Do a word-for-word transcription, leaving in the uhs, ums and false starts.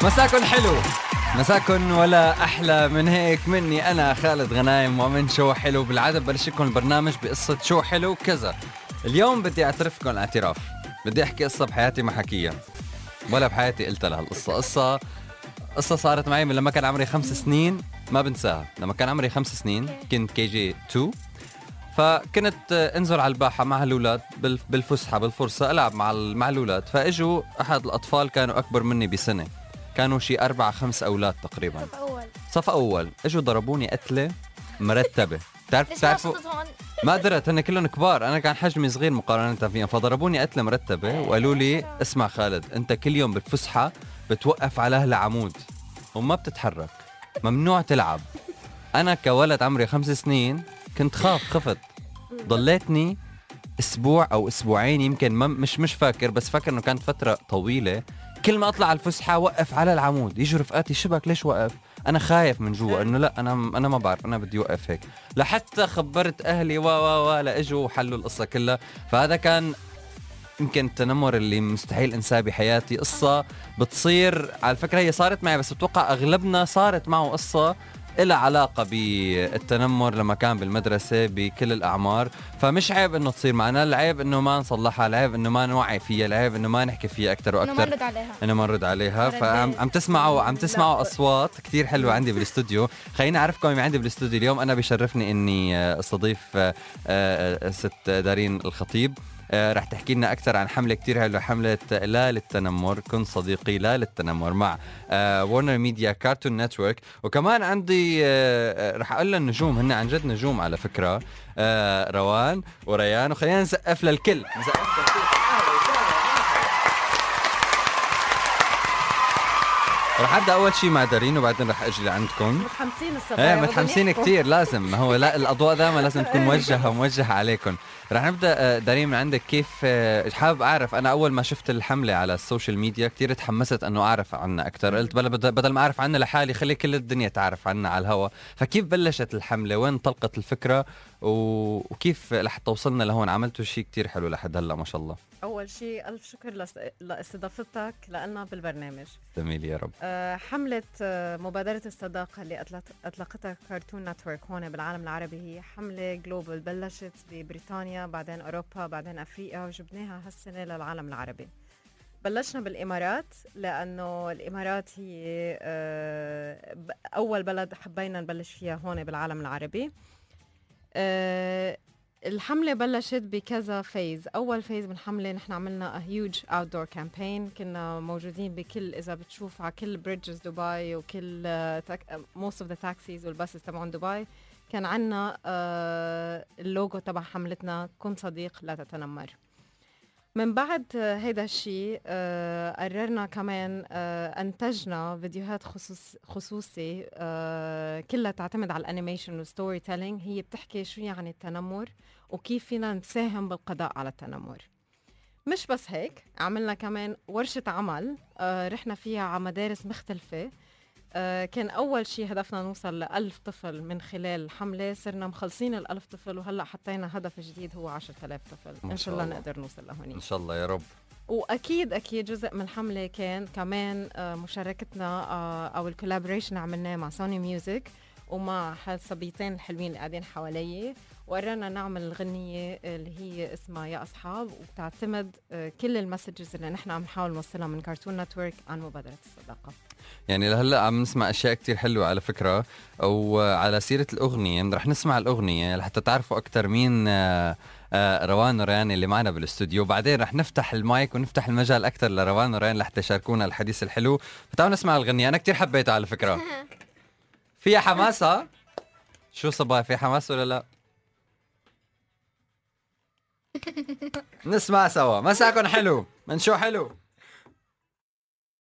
مساكن حلو، مساكن ولا أحلى من هيك مني أنا خالد غنايم ومن شو حلو. بالعادة ببلش لكم البرنامج بقصة شو حلو كذا. اليوم بدي أعترفكم اعتراف، بدي أحكي قصة بحياتي ما حكيها ولا بحياتي قلت لها القصة. قصة قصة صارت معي من لما كان عمري خمس سنين، ما بنساها. لما كان عمري خمس سنين كنت كي جي تو، فكنت انزل على الباحة مع الأولاد بالفسحة بالفرصة ألعب مع مع الأولاد. فإجوا أحد الأطفال كانوا أكبر مني بسنة، كانوا شي أربعة خمس أولاد تقريبا، صف أول صف أول. إجوا ضربوني قتلة مرتبة. تعرف تعرفوا ما قدرت، هن كلهم كبار، أنا كان حجمي صغير مقارنة فيهم. فضربوني قتلة مرتبة وقالوا لي اسمع خالد، أنت كل يوم بالفسحة بتوقف على هالعمود وما بتتحرك، ممنوع تلعب. أنا كولد عمري خمس سنين كنت خاف، خفت. ضليتني أسبوع أو أسبوعين يمكن، مش مش فاكر، بس فاكر إنه كانت فترة طويلة. كل ما أطلع على الفسحة وقف على العمود، يجوا رفقاتي شبك ليش وقف؟ أنا خايف من جوا إنه لا أنا أنا ما بعرف، أنا بدي وقف هيك. لحتى خبرت أهلي و و و لإجوا وحلوا القصة كلها. فهذا كان يمكن التنمر اللي مستحيل انساه بحياتي. قصة بتصير على فكرة، هي صارت معي بس بتوقع أغلبنا صارت معه قصة إلها علاقة بالتنمر لما كان بالمدرسة بكل الأعمار. فمش عيب إنه تصير معنا، العيب إنه ما نصلحها، العيب إنه ما نوعي فيها، العيب إنه ما نحكي فيها أكتر وأكتر، إنه ما نرد عليها إنه ما نرد عليها. فعم عم تسمعوا عم تسمعوا أصوات كتير حلوة عندي بالاستوديو. خليني أعرفكم مين عندي بالاستوديو اليوم. أنا بيشرفني إني استضيف ست دارين الخطيب. آه رح تحكي لنا أكثر عن حملة كتير حلوة، حملة لا للتنمر، كن صديقي لا للتنمر، مع آه وورنر ميديا كارتون نتورك. وكمان عندي آه رح أقول للنجوم، هن عن جد نجوم على فكرة، آه روان وريان. وخلينا نسقف للكل، نسقف للكل. رح أبدأ أول شيء مع دارين وبعدين رح أجي لعندكم. متحمسين الصباح. ايه متحمسين كتير، لازم، ما هو لا الأضواء دائما لازم تكون موجهة وموجهة عليكم. رح نبدأ دارين من عندك. كيف حابب أعرف، أنا أول ما شفت الحملة على السوشيال ميديا كتير تحمست أنه أعرف عنها أكتر. قلت بدل ما أعرف عنها لحالي خلي كل الدنيا تعرف عنها على الهوا. فكيف بلشت الحملة؟ وين طلقت الفكرة؟ وكيف لحتى وصلنا لهون؟ عملتوا شيء كتير حلو لحد هلا ما شاء الله. أول شيء ألف شكر لاستضافتك لنا بالبرنامج. جميل يا رب. أه حملة أه مبادرة الصداقة اللي أطلقتها كارتون نتورك هون بالعالم العربي هي حملة جلوبال، بلشت ببريطانيا بعدين أوروبا بعدين أفريقيا وجبناها هالسنة للعالم العربي. بلشنا بالإمارات لأنه الإمارات هي أه أول بلد حبينا نبلش فيها هون بالعالم العربي. أه الحملة بلشت بكذا فيز. أول فيز من الحملة نحن عملنا a huge outdoor campaign، كنا موجودين بكل، إذا بتشوف على كل بريدجز دبي وكل uh, most of the taxis والباسز تبعون دبي كان عنا uh, اللوجو تبع حملتنا كن صديق لا تتنمر. من بعد uh, هيدا الشيء uh, قررنا كمان uh, أنتجنا فيديوهات خصوص خصوصي uh, كلها تعتمد على الانيميشن والستوري تيلينج، هي بتحكي شو يعني التنمر وكيف فينا نساهم بالقضاء على التنمر. مش بس هيك، عملنا كمان ورشة عمل آه رحنا فيها على مدارس مختلفة. آه كان أول شيء هدفنا نوصل لألف طفل من خلال الحملة، صرنا مخلصين الألف طفل وهلأ حطينا هدف جديد هو عشرة آلاف طفل. إن شاء الله نقدر نوصل لهوني إن شاء الله يا رب. وأكيد أكيد جزء من الحملة كان كمان آه مشاركتنا آه أو الكولابوريشن عملناه مع سوني ميوزك ومع هالصبيتين الحلوين اللي قاعدين حوالي، وقررنا نعمل الغنية اللي هي اسمها يا أصحاب، وبتعتمد كل المسجز اللي نحن عم نحاول نوصلها من كارتون نتورك عن مبادرة الصداقة. يعني لهلا عم نسمع أشياء كتير حلوة على فكرة. وعلى سيرة الأغنية رح نسمع الأغنية لحتى تعرفوا أكتر مين روان وريان اللي معنا بالاستوديو. بعدين رح نفتح المايك ونفتح المجال أكتر لروان وريان لحتى يشاركونا الحديث الحلو. فتعالوا نسمع الغنية، أنا كتير حبيتها على فكرة. فيها حماسة؟ شو صبايا، في حماس ولا لا؟ نسمع سوا. مساكن حلو من شو حلو.